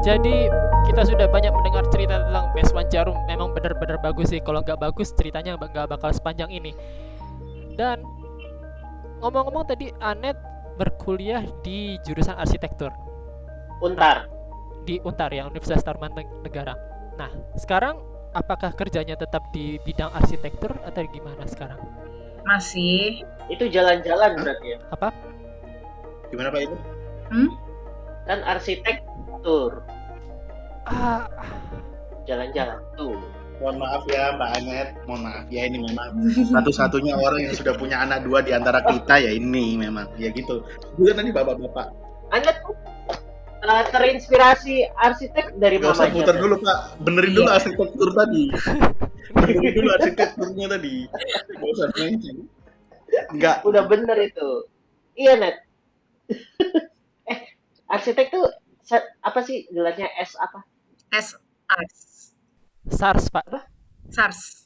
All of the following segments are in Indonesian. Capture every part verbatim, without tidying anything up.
Jadi kita sudah banyak mendengar cerita tentang Beswan Jarum. Memang benar-benar bagus sih. Kalau nggak bagus ceritanya nggak bakal sepanjang ini. Dan ngomong-ngomong tadi Anet berkuliah di jurusan arsitektur Untar. di Untar ya, Universitas Taruman Negara. Nah, sekarang apakah kerjanya tetap di bidang arsitektur atau gimana sekarang? Masih. Itu jalan-jalan berarti ya? Apa? Gimana Pak itu? Hmm? Kan arsitektur. Ah, Jalan-jalan tuh. Mohon maaf ya Mbak Anet, mohon maaf ya, ini memang satu-satunya orang yang sudah punya anak dua di antara kita ya ini memang ya gitu. Juga tadi bapak-bapak. Anet uh, terinspirasi arsitek dari Gak usah mamanya. putar dulu Pak, benerin dulu Iya. arsitektur tadi. Benerin dulu arsitekturnya tadi. Gak usah mention. Enggak. Udah bener itu. Iya Net. eh arsitek tuh sa- apa sih gelarnya S apa? S Ars. SARS Pak. SARS.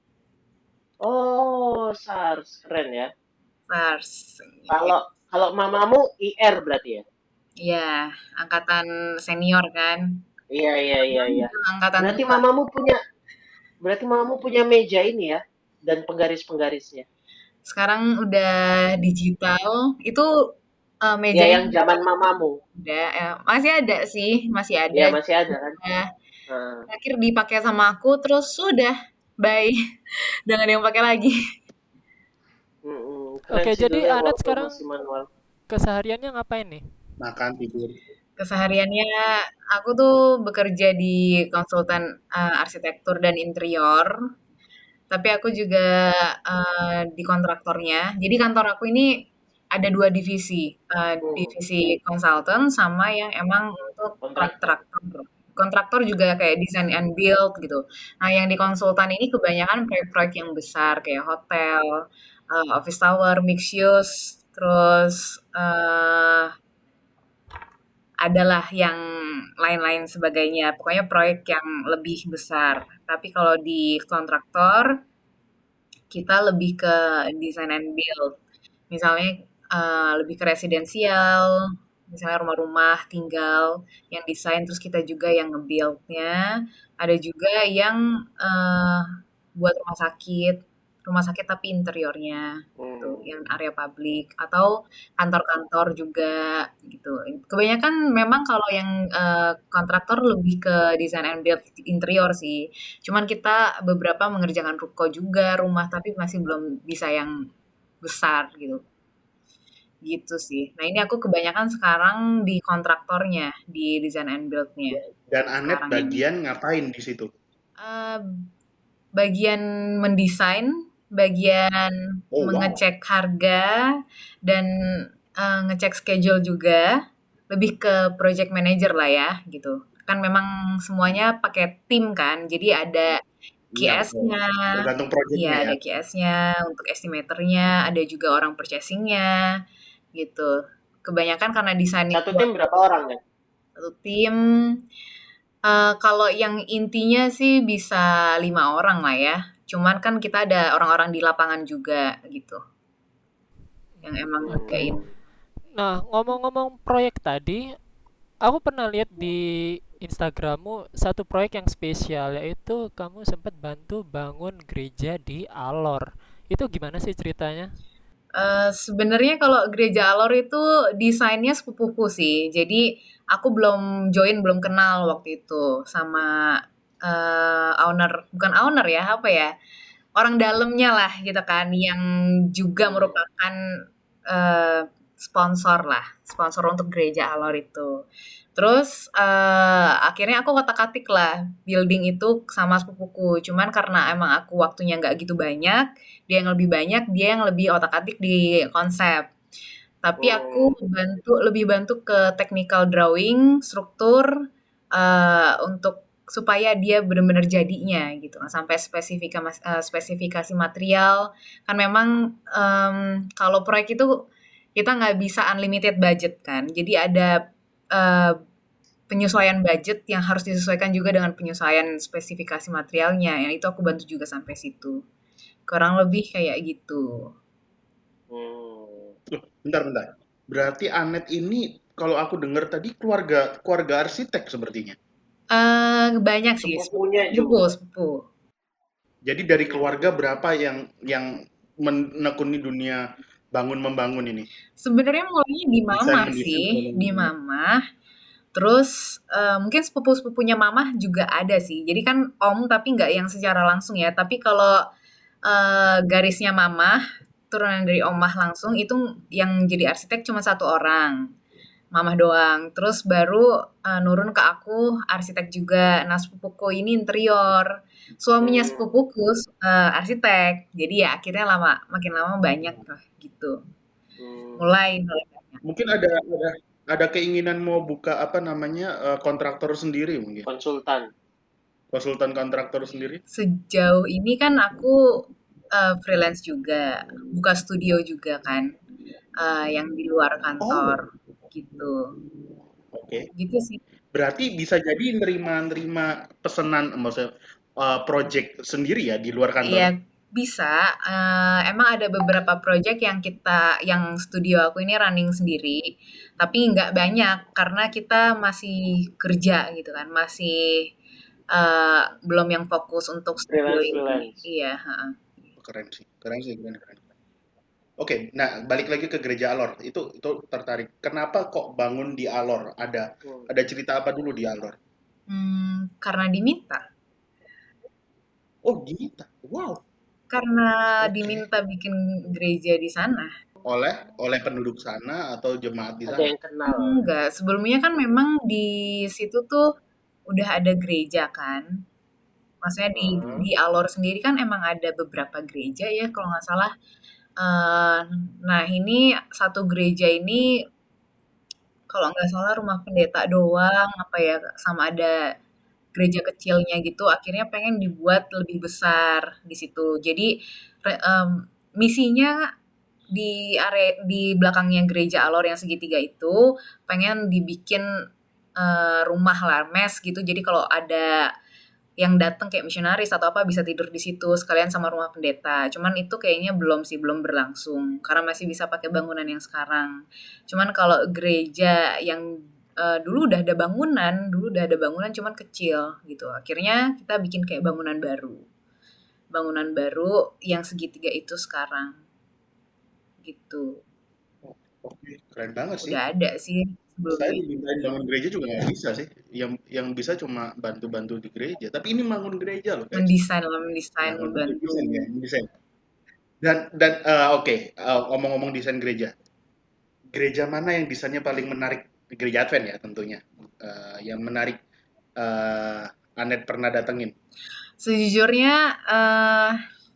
Oh SARS, keren ya. SARS. Kalau kalau mamamu I R berarti ya? Iya, angkatan senior kan. Iya iya iya iya. Angkatan Berarti tua. mamamu punya berarti mamamu punya meja ini ya dan penggaris-penggarisnya. Sekarang udah digital. Itu uh, meja Ya yang zaman mamamu. udah eh, masih ada sih, masih ada. Ya masih ada kan. Udah. Nah, Terakhir dipakai sama aku, terus sudah bye. Udah nggak ada yang pakai lagi. mm-mm, keren Oke, sih jadi dulu ya Anet waktu sekarang masih manual. kesehariannya ngapain nih? Makan tidur. Kesehariannya aku tuh bekerja di konsultan uh, arsitektur dan interior. Tapi aku juga uh, di kontraktornya. Jadi kantor aku ini ada dua divisi, uh, Hmm. divisi konsultan sama yang emang untuk Kontraktor. kontraktor. Kontraktor juga kayak design and build gitu. Nah, yang di konsultan ini kebanyakan proyek-proyek yang besar kayak hotel, uh, office tower, mixed use, terus uh, adalah yang lain-lain sebagainya. Pokoknya proyek yang lebih besar. Tapi kalau di kontraktor kita lebih ke design and build. Misalnya uh, lebih ke residensial, misalnya rumah-rumah tinggal yang desain, terus kita juga yang nge-build-nya. Ada juga yang uh, buat rumah sakit, rumah sakit tapi interiornya, gitu, Hmm. yang area publik atau kantor-kantor juga, gitu. Kebanyakan memang kalau yang uh, kontraktor lebih ke design and build interior sih. Cuman kita beberapa mengerjakan ruko juga, rumah, tapi masih belum bisa yang besar gitu. Gitu sih. Nah, ini aku kebanyakan sekarang di kontraktornya, di design and build-nya. Dan Anet Sekarang bagian ngapain di situ? Uh, bagian mendesain, bagian Oh, wow. mengecek harga, dan uh, ngecek schedule juga. Lebih ke project manager lah ya, gitu. Kan memang semuanya pakai tim kan, jadi ada Iya, betul. Q S-nya, Tergantung projectnya iya ya. ada Q S-nya, untuk estimatornya, ada juga orang purchasing-nya, gitu. Kebanyakan karena desain Satu itu tim berapa orang ya? satu tim, uh, kalau yang intinya sih bisa lima orang lah ya. Cuman kan kita ada orang-orang di lapangan juga gitu, yang emang Oke. ngerjain. Nah, ngomong-ngomong proyek tadi, aku pernah lihat di Instagrammu satu proyek yang spesial, yaitu kamu sempat bantu bangun gereja di Alor. Itu gimana sih ceritanya? Uh, sebenarnya kalau gereja Alor itu desainnya sepupuku sih. Jadi aku belum join, belum kenal waktu itu sama uh, owner, bukan owner ya, apa ya? Orang dalamnya lah gitu kan, yang juga merupakan uh, sponsor lah, sponsor untuk gereja Alor itu. Terus uh, akhirnya aku kotak-katik lah building itu sama sepupuku. Cuman karena emang aku waktunya nggak gitu banyak, dia yang lebih banyak, dia yang lebih otak-atik di konsep. Tapi aku bantu lebih bantu ke technical drawing, struktur uh, untuk supaya dia benar-benar jadinya gitu, sampai spesifikasi uh, spesifikasi material. Kan memang um, kalau proyek itu kita nggak bisa unlimited budget kan, jadi ada uh, penyesuaian budget yang harus disesuaikan juga dengan penyesuaian spesifikasi materialnya. Yang itu aku bantu juga sampai situ. Kurang lebih kayak gitu. Hmm. Loh, bentar, bentar. Berarti Anet ini kalau aku dengar tadi keluarga keluarga arsitek sepertinya. Eh banyak sih, Sepupunya sepupu, juga. sepupu. Jadi dari keluarga berapa yang yang menekuni dunia bangun membangun ini? Sebenarnya mulainya di Desain mamah mendesain sih, segala di macam. mamah. Terus eh, mungkin sepupu-sepupunya mamah juga ada sih. Jadi kan om tapi nggak yang secara langsung ya. Tapi kalau eh, garisnya mamah, turunan dari omah langsung itu yang jadi arsitek cuma satu orang. Mamah doang. Terus baru eh, nurun ke aku arsitek juga. Nah sepupuku ini interior. Suaminya Hmm. sepupuku eh, arsitek. Jadi ya akhirnya lama makin lama banyak lah gitu. Hmm. Mulai mulai banyak. Mungkin ada ada ada keinginan mau buka apa namanya eh, kontraktor sendiri mungkin. Konsultan. Konsultan kontraktor sendiri. Sejauh ini kan aku eh, freelance juga, buka studio juga kan, eh, yang di luar Oh, kantor gitu. oke. Gitu sih. Berarti bisa jadi nerima-nerima pesanan, maksudnya eh, project sendiri ya di luar kantor. Iya bisa. Eh, emang ada beberapa project yang kita, yang studio aku ini running sendiri, tapi nggak banyak karena kita masih kerja gitu kan, masih eh, belum yang fokus untuk studio Freelance ini. freelance. Iya. Ha-ha. Keren sih, keren sih, keren, keren. Oke, nah balik lagi ke gereja Alor. Itu itu tertarik. Kenapa kok bangun di Alor? Ada Hmm. ada cerita apa dulu di Alor? Hmm, karena diminta. Oh, gitu. Wow. Karena Oke. diminta bikin gereja di sana. Oleh oleh penduduk sana atau jemaat di Ada sana? yang kenal. Enggak, sebelumnya kan memang di situ tuh udah ada gereja kan. Maksudnya di Hmm. di Alor sendiri kan emang ada beberapa gereja ya kalau nggak salah. Eh, nah ini satu gereja ini kalau nggak salah rumah pendeta doang apa ya sama ada gereja kecilnya gitu akhirnya pengen dibuat lebih besar di situ. Jadi re- em, misinya di area di belakangnya gereja Alor yang segitiga itu pengen dibikin eh, rumah lah mes gitu. Jadi kalau ada yang datang kayak misionaris atau apa bisa tidur di situ sekalian sama rumah pendeta. Cuman itu kayaknya belum sih belum berlangsung karena masih bisa pakai bangunan yang sekarang. Cuman kalau gereja yang eh, dulu udah ada bangunan, dulu udah ada bangunan cuman kecil gitu. Akhirnya kita bikin kayak bangunan baru. Bangunan baru yang segitiga itu sekarang gitu. Oke, keren banget sih. Udah ada sih Saya sebelumnya. dimintain bangun gereja juga nggak bisa sih. Yang yang bisa cuma bantu-bantu di gereja. Tapi ini bangun gereja loh, guys. Mendesain lah, mendesain, Bangun membantu. desain ya, desain. Dan dan eh, oke, eh, ngomong-ngomong desain gereja. Gereja mana yang desainnya paling menarik? Gereja Advent ya tentunya. Eh, yang menarik eh Anet pernah datengin. Sejujurnya eh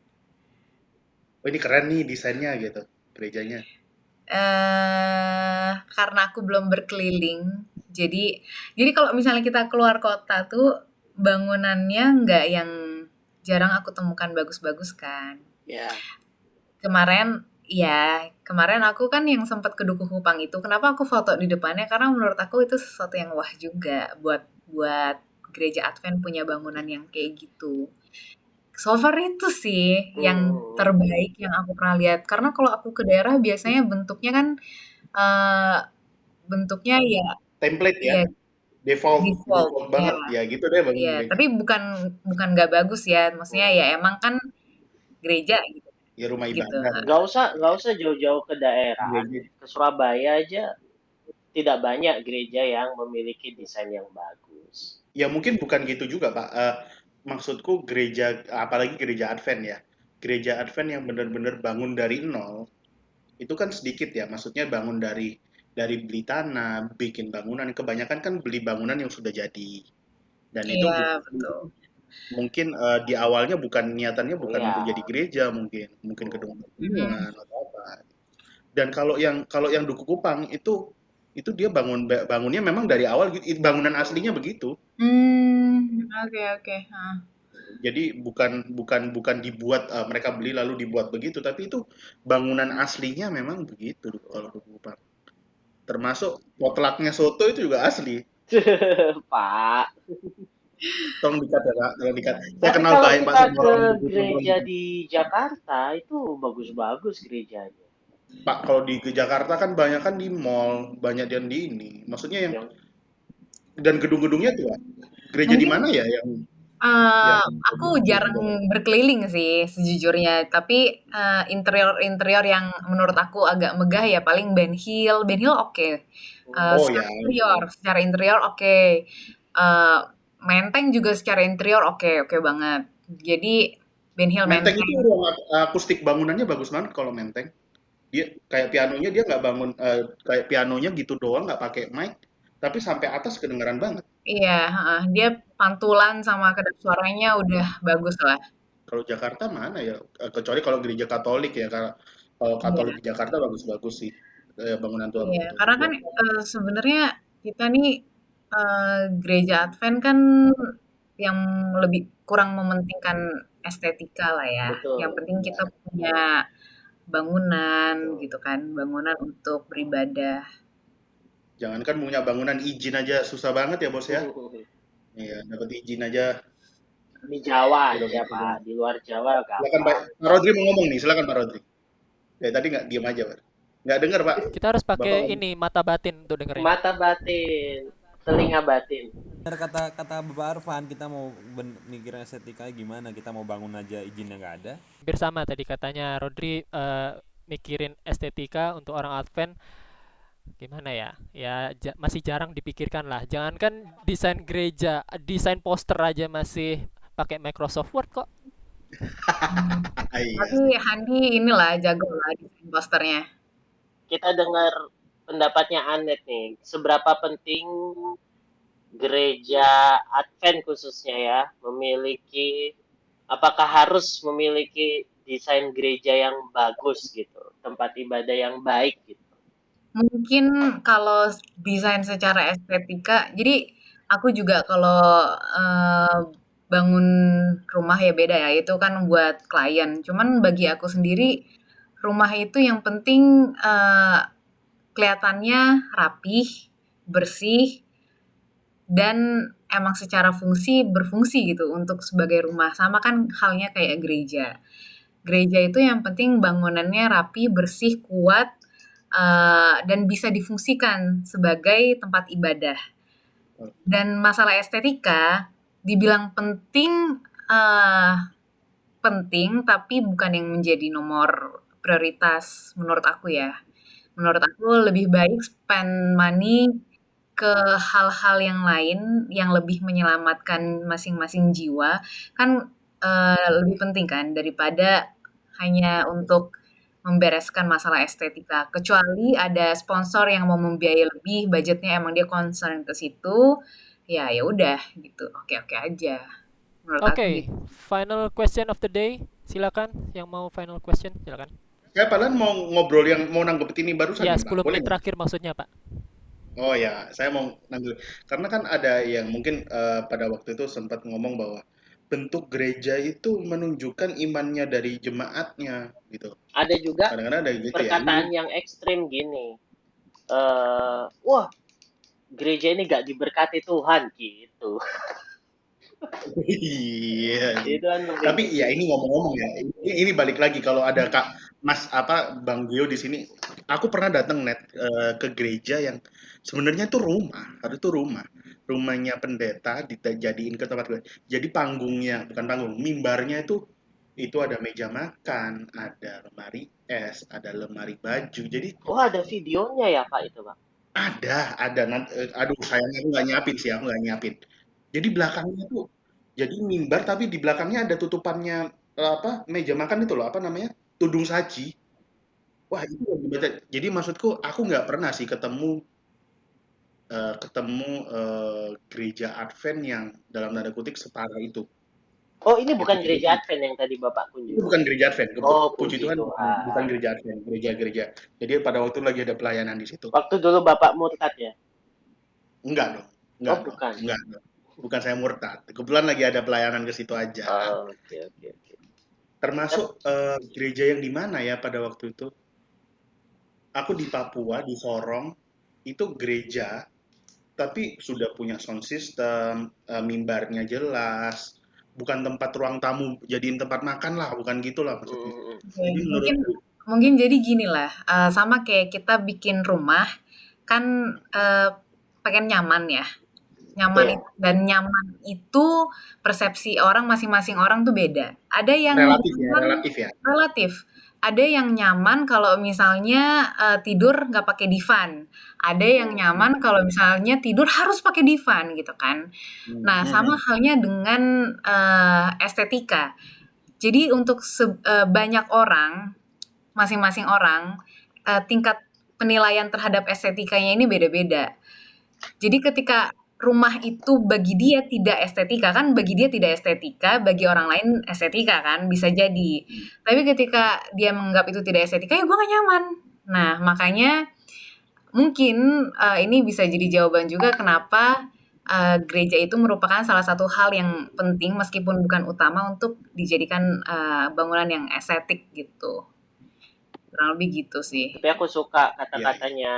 Oh, ini keren nih desainnya gitu, gerejanya. eh karena aku belum berkeliling, jadi jadi kalau misalnya kita keluar kota tuh bangunannya nggak yang jarang aku temukan bagus-bagus kan. Ya. Kemarin ya kemarin aku kan yang sempat ke Dukuh Kupang itu, kenapa aku foto di depannya? Karena menurut aku itu sesuatu yang wah juga buat buat gereja Advent punya bangunan yang kayak gitu. So far itu sih yang Hmm. terbaik yang aku pernah lihat. Karena kalau aku ke daerah biasanya bentuknya kan eh, bentuknya ya Template ya, ya default, default default ya. banget ya gitu deh bangun Iya, gereja. tapi bukan bukan nggak bagus ya. Maksudnya ya Hmm. emang kan gereja gitu. Ya rumah Gitu. ibadah. Nggak usah nggak usah jauh-jauh ke daerah. Gereja. Ke Surabaya aja tidak banyak gereja yang memiliki desain yang bagus. Ya mungkin bukan gitu juga Pak. Eh, maksudku gereja, apalagi gereja Advent ya. Gereja Advent yang benar-benar bangun dari nol, itu kan sedikit ya. Maksudnya bangun dari dari beli tanah, bikin bangunan. Kebanyakan kan beli bangunan yang sudah jadi. Dan itu Iya, bu- betul. mungkin eh, di awalnya bukan niatannya bukan Iya. untuk jadi gereja mungkin, mungkin gedung Mm-mm. pertemuan atau apa. Dan kalau yang kalau yang Duku Kupang itu itu dia bangun bangunnya memang dari awal gitu, bangunan aslinya begitu. Hmm, oke oke. Hah. Jadi bukan bukan bukan dibuat eh, mereka beli lalu dibuat begitu, tapi itu bangunan aslinya memang begitu kalau Duku Kupang. Termasuk potlaknya soto itu juga asli. Pak. Tolong dikat ya Kak, tolong dikat. Saya Tapi kenal kalau baik Pak kita sama ke orang Duku Kupang. gereja di Jakarta itu bagus-bagus gerejanya. Pak, kalau di ke Jakarta kan banyak kan di mall, banyak yang di ini. Maksudnya yang Yang dan gedung-gedungnya tuh, Pak, gereja di mana Mungkin ya yang yang Eee, tadi aku yang jarang berkeliling sih sejujurnya, tapi, eee, interior-interior yang menurut aku agak megah ya paling Ben Hill. Ben Hill oke, eee, Oh secara ya, interior secara interior oke, eee, Menteng juga secara interior oke oke banget. Jadi Ben Hill, Menteng itu Menteng. ruang ak- akustik bangunannya bagus banget kalau Menteng. Dia kayak pianonya dia nggak bangun eh, kayak pianonya gitu doang nggak pakai mic, tapi sampai atas kedengeran banget. Iya, heeh, dia pantulan sama kedap suaranya udah bagus lah. Kalau Jakarta mana ya? Eh, Kecuali kalau gereja Katolik ya, kalau kalau Katolik Iya. di Jakarta bagus-bagus sih eh, bangunan tua Iya, begitu. karena kan, eee, sebenarnya kita nih, eee, gereja Advent kan yang lebih kurang mementingkan estetika lah ya. Yang betul, penting kita punya bangunan betul. gitu kan, bangunan untuk beribadah. Jangankan punya bangunan izin aja susah banget ya bos ya. Iya, dapat izin aja Di Jawa udah aja butuh Pak, banget. di luar Jawa Silakan Pak. gampang. Pak Rodri mau ngomong nih, silakan Pak Rodri. Ya tadi nggak diem aja Pak. Nggak dengar Pak. Kita harus Bapak pakai ngomong. ini mata batin untuk dengerin. Mata batin, telinga batin. Benar kata kata Bapak Arfan, kita mau ben- mikirin estetika gimana, kita mau bangun aja izinnya nggak ada. Hampir sama tadi katanya Rodri, eh, mikirin estetika untuk orang Advent gimana ya? Ya ja- masih jarang dipikirkan lah. Jangankan desain gereja, desain poster aja masih pakai Microsoft Word kok. Ah, iya. Tapi Handi inilah jago lah desain posternya. Kita dengar pendapatnya Anet nih. Seberapa penting gereja Advent khususnya ya memiliki, apakah harus memiliki desain gereja yang bagus gitu, tempat ibadah yang baik gitu. Mungkin kalau desain secara estetika, jadi aku juga kalau eh, bangun rumah ya beda ya, itu kan buat klien. Cuman bagi aku sendiri, rumah itu yang penting eh, kelihatannya rapih, bersih, dan emang secara fungsi berfungsi gitu untuk sebagai rumah. Sama kan halnya kayak gereja. Gereja itu yang penting bangunannya rapi, bersih, kuat, eee, dan bisa difungsikan sebagai tempat ibadah. Dan masalah estetika, dibilang penting, eee, penting, tapi bukan yang menjadi nomor prioritas menurut aku ya. Menurut aku lebih baik spend money ke hal-hal yang lain, yang lebih menyelamatkan masing-masing jiwa, kan, eee, lebih penting kan daripada hanya untuk membereskan masalah estetika. Kecuali ada sponsor yang mau membiayai lebih, budgetnya emang dia concern ke situ, ya ya udah gitu, oke-oke aja, menurut Oke, aku okay, gitu. final question of the day. Silakan yang mau final question, silakan. Saya padahal mau ngobrol yang mau nanggepin ini barusan Ya, nih Pak. sepuluh Boleh menit nggak? terakhir maksudnya, Pak. Oh ya, saya mau nanggep. Karena kan ada yang mungkin eh, pada waktu itu sempat ngomong bahwa bentuk gereja itu menunjukkan imannya dari jemaatnya gitu. Ada juga Kadang-kadang ada gitu ya. perkataan yang ekstrim gini, eh wah gereja ini gak diberkati Tuhan gitu. Iya. Itu kan lebih. Tapi ya ini ngomong-ngomong ya, ini, ini balik lagi kalau ada Kak Mas apa Bang Gio di sini, aku pernah datang net eh, ke gereja yang sebenarnya itu rumah, harus itu rumah, rumahnya pendeta dijadiin ke tempat gue. Jadi panggungnya bukan panggung, mimbarnya itu itu ada meja makan, ada lemari es, ada lemari baju. Jadi Oh ada videonya ya Pak itu Pak? ada, ada. Nan- eh, Aduh, sayangnya aku nggak nyiapin sih, aku nggak nyiapin. Jadi belakangnya tuh, jadi mimbar tapi di belakangnya ada tutupannya eh, apa meja makan itu loh, apa namanya? Tudung saji. Wah itu yang dibaca. Jadi maksudku, aku nggak pernah sih ketemu eh, ketemu eh, gereja Advent yang dalam tanda kutip setara itu. Oh ini Gitu. bukan Jadi gereja Advent yang tadi Bapak itu kunjungi? bukan gereja Advent, Ke- Oh puji puji Tuhan bukan, bukan Tuhan. gereja Advent, gereja-gereja. Jadi pada waktu lagi ada pelayanan di situ. Waktu dulu Bapak murtad ya? Enggak dong, enggak Oh dong, bukan. enggak dong. Bukan saya murtad. Kebetulan lagi ada pelayanan ke situ aja. Oh, oke oke oke. Termasuk eh, gereja yang di mana ya pada waktu itu? Aku di Papua, di Sorong, itu gereja, tapi sudah punya sound system, eh, mimbarnya jelas, bukan tempat ruang tamu, jadiin tempat makan lah, bukan gitulah maksudnya. Mm, Oke, Jadi mungkin menurutku, mungkin jadi gini lah, uh, sama kayak kita bikin rumah, kan uh, pengen nyaman ya. Nyaman Betul. it- dan nyaman itu persepsi orang masing-masing orang tuh beda. Ada yang Relatif ya, nyaman relatif ya. relatif. Ada yang nyaman kalau misalnya uh, tidur nggak pakai divan. Ada yang Hmm. nyaman kalau misalnya tidur harus pakai divan gitu kan. Nah, Hmm. sama halnya dengan uh, estetika. Jadi untuk se- uh, banyak orang, masing-masing orang, uh, tingkat penilaian terhadap estetikanya ini beda-beda. Jadi ketika rumah itu bagi dia tidak estetika, kan bagi dia tidak estetika, bagi orang lain estetika kan, bisa jadi. Tapi ketika dia menganggap itu tidak estetika, ya gue gak nyaman. Nah, makanya mungkin uh, ini bisa jadi jawaban juga kenapa uh, gereja itu merupakan salah satu hal yang penting meskipun bukan utama untuk dijadikan uh, bangunan yang estetik gitu. Kurang lebih gitu sih. Tapi aku suka Iya, iya. kata-katanya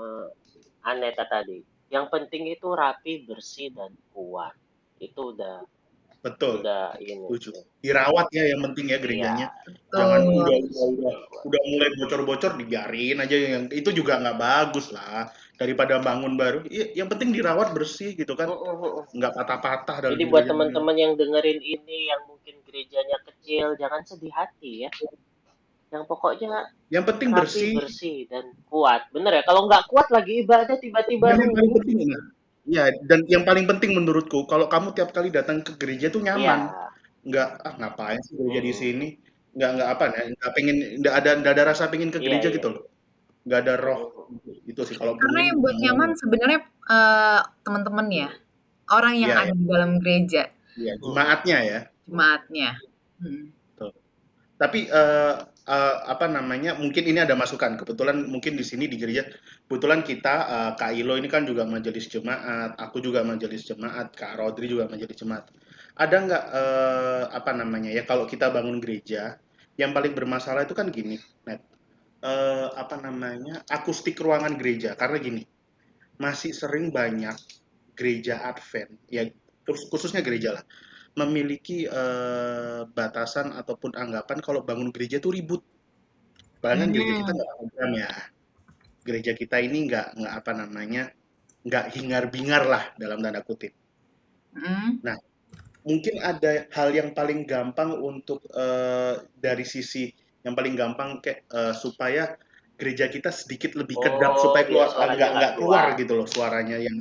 Aneta tadi. Yang penting itu rapi, bersih, dan kuat. Itu udah Betul. udah ini Setuju. sih. Dirawat ya yang penting ya Iya. gerejanya. Jangan Tuh. udah udah udah, udah mulai bocor-bocor dibiarin aja, yang itu juga nggak bagus lah. Daripada bangun baru, i- yang penting dirawat bersih gitu kan, Mm, mm, mm, mm. nggak patah-patah dan Jadi buat sebagainya. teman-teman yang dengerin ini yang mungkin gerejanya kecil, jangan sedih hati ya. Yang pokoknya Yang penting rapi, bersih. bersih, dan kuat. Bener ya? Kalau nggak kuat lagi ibadah tiba-tiba Dan yang paling runtuh. penting ya, ya dan yang paling penting menurutku, kalau kamu tiap kali datang ke gereja tuh Iya. nyaman, nggak ah ngapain sih gereja di Mm-mm. sini, nggak nggak apa ya, nggak pengen, nggak ada nggak ada rasa pengen ke Iya, gereja iya, gitu iya. loh, nggak ada roh Mm-mm. itu sih kalau Karena mungkin yang buat nyaman sebenarnya uh, teman-teman ya, orang yang Iya, ada ya, di dalam gereja, ya, jemaatnya ya. jemaatnya. Hmm. Tuh. Tapi eh, eh, apa namanya? Mungkin ini ada masukan. Kebetulan mungkin di sini di gereja, kebetulan kita eh, Kak Ilo ini kan juga majelis jemaat, aku juga majelis jemaat, Kak Rodri juga majelis jemaat. Ada nggak eh, apa namanya ya? Kalau kita bangun gereja, yang paling bermasalah itu kan gini, Net. Eh, apa namanya? Akustik ruangan gereja. Karena gini, masih sering banyak gereja Advent, ya terus khususnya gereja lah, memiliki eh, batasan ataupun anggapan kalau bangun gereja itu ribut. Bahkan gereja kita Hmm. nggak program ya. Gereja kita ini nggak nggak apa namanya, nggak hingar-bingar lah dalam tanda kutip. Hmm. Nah, mungkin ada hal yang paling gampang untuk eh, dari sisi yang paling gampang kayak eh, supaya gereja kita sedikit lebih kedap, Oh, supaya biar keluar suaranya nggak nggak nggak keluar keluar. gitu loh suaranya yang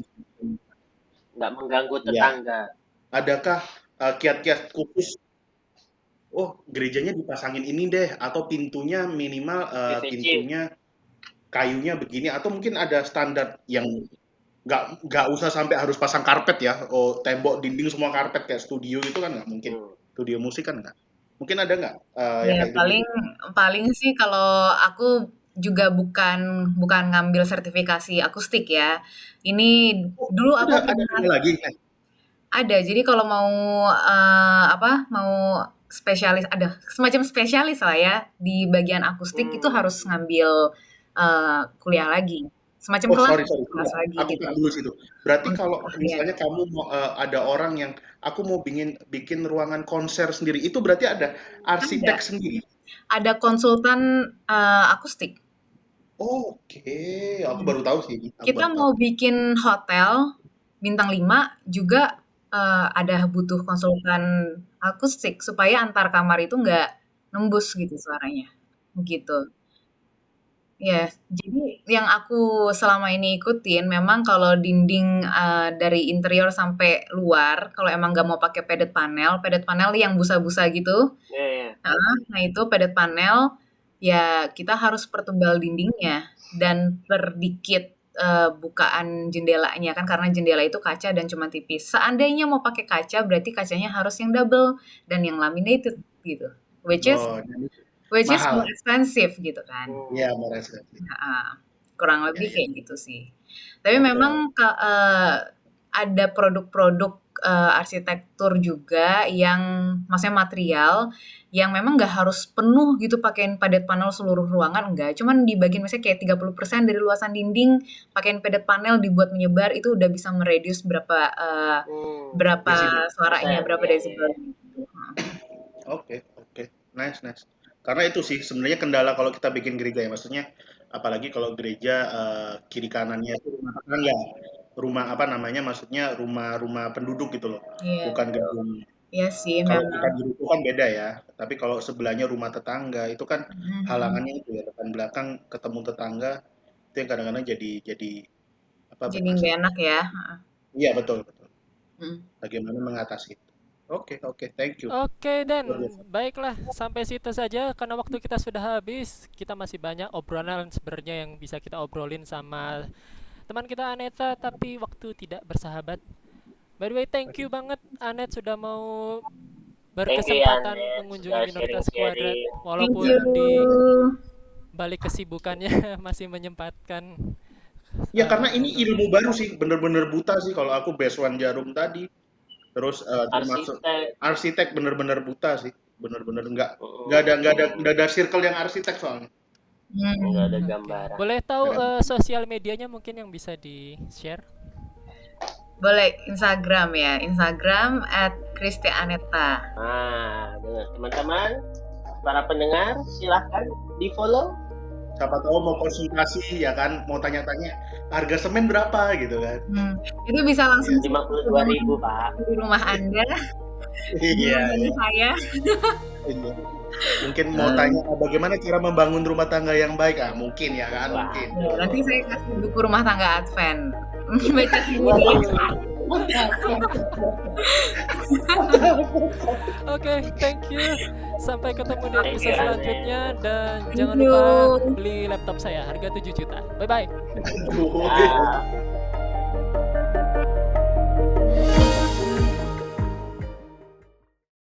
Nggak mengganggu ya. tetangga. Adakah eh, kiat-kiat khusus? Oh, gerejanya dipasangin ini deh, atau pintunya minimal eh, P V C. pintunya kayunya begini, atau mungkin ada standar yang nggak nggak usah sampai harus pasang karpet ya. Oh, tembok dinding semua karpet kayak studio itu kan nggak mungkin. Hmm. Studio musik kan nggak. Mungkin ada nggak eh, yang Ya kayak paling gitu? paling sih kalau aku juga bukan bukan ngambil sertifikasi akustik ya. Ini Oh, dulu aku ada ada pernah ini lagi. Eh, ada. Jadi kalau mau eh, apa mau spesialis ada semacam spesialis lah ya di bagian akustik itu Hmm. harus ngambil eh, kuliah lagi. Semacam Oh, kelas sorry sorry. kelas Enggak. lagi Aku gitu cut dulu situ. Berarti untuk kalau keahlian. misalnya kamu mau eh, ada orang yang aku mau bikin bikin ruangan konser sendiri, itu berarti ada Ada arsitek sendiri. ada konsultan eh, akustik. Oh, Oke, aku baru tahu sih. Aku Kita baru tahu. mau bikin hotel bintang lima juga eh, ada butuh konsultan akustik supaya antar kamar itu nggak nembus gitu suaranya. Begitu. Ya, jadi yang aku selama ini ikutin memang kalau dinding eh, dari interior sampai luar, kalau emang nggak mau pakai padet panel, padet panel yang busa-busa gitu, Iya, iya. Heeh, nah itu padet panel, ya kita harus pertebal dindingnya dan perdikit eh, bukaan jendelanya kan karena jendela itu kaca dan cuma tipis. Seandainya mau pakai kaca berarti kacanya harus yang double dan yang laminated gitu. Which is Oh, jadi which is mahal. more expensive gitu kan. Hmm. Iya, more expensive. Nah, kurang Ya, lebih ya. kayak gitu sih. Tapi Oke. memang ka- eh, ada produk-produk eh, arsitektur juga yang maksudnya material yang memang nggak harus penuh gitu pakein padet panel seluruh ruangan enggak. Cuman di bagian misalnya kayak tiga puluh persen dari luasan dinding pakein padet panel dibuat menyebar itu udah bisa mereduce berapa eh, Hmm. berapa Desibel. suaranya, Persen. berapa Iya, iya, desibel iya. gitu. Oke, oke. Nice, nice. Karena itu sih sebenarnya kendala kalau kita bikin gereja ya, maksudnya apalagi kalau gereja eh, kiri kanannya itu rumah tetangga, rumah apa namanya, maksudnya rumah-rumah penduduk gitu loh, Iya, bukan gedung. iya sih Kalau memang. bukan di ruko kan beda ya, tapi kalau sebelahnya rumah tetangga itu kan Mhm. halangannya itu ya, depan belakang ketemu tetangga itu yang kadang-kadang jadi jadi apa Jadi nggak bermasalah. enak ya. Iya betul betul. Mhm. Bagaimana mengatasi itu? Oke oke, thank you. Oke Dan, Luar biasa. baiklah sampai situ saja karena waktu kita sudah habis. Kita masih banyak obrolan sebenarnya yang bisa kita obrolin sama teman kita Aneta, tapi waktu tidak bersahabat. By the way, thank you banget Anet sudah mau Thank you ya, berkesempatan Net, mengunjungi sudah Minoritas Kuadrat sharing-sharing. Thank walaupun you. di balik kesibukannya masih menyempatkan Ya uh, karena ini untuk ilmu baru sih, bener-bener buta sih kalau aku Beswan Jarum tadi. Terus eh, termasuk Arsitek. arsitek bener-bener buta sih, bener-bener nggak Mm, nggak ada nggak ada mm, nggak ada circle yang arsitek soalnya. nggak ada Hmm. Oke. gambaran. Boleh tahu Nggak ada. uh, sosial medianya mungkin yang bisa di-share? Boleh Instagram ya, Instagram at Kristi Aneta. Nah, benar. Teman-teman, para pendengar, silahkan di follow. Siapa tahu mau konsultasi ya kan, mau tanya-tanya harga semen berapa gitu kan. Hmm. Itu bisa langsung Iya. lima puluh dua ribu, Pak. di rumah Anda, Iya, hubungi iya. saya. Iya. Mungkin mau tanya ah, bagaimana cara membangun rumah tangga yang baik, ah mungkin ya kan, Wah. mungkin. Ya, nanti saya kasih buku rumah tangga Advent. Baca sendiri. Oke, thank you. Sampai ketemu di Thank episode you, Anet. selanjutnya dan Thank jangan you. lupa beli laptop saya harga tujuh juta. Bye bye. Aduh. Ah.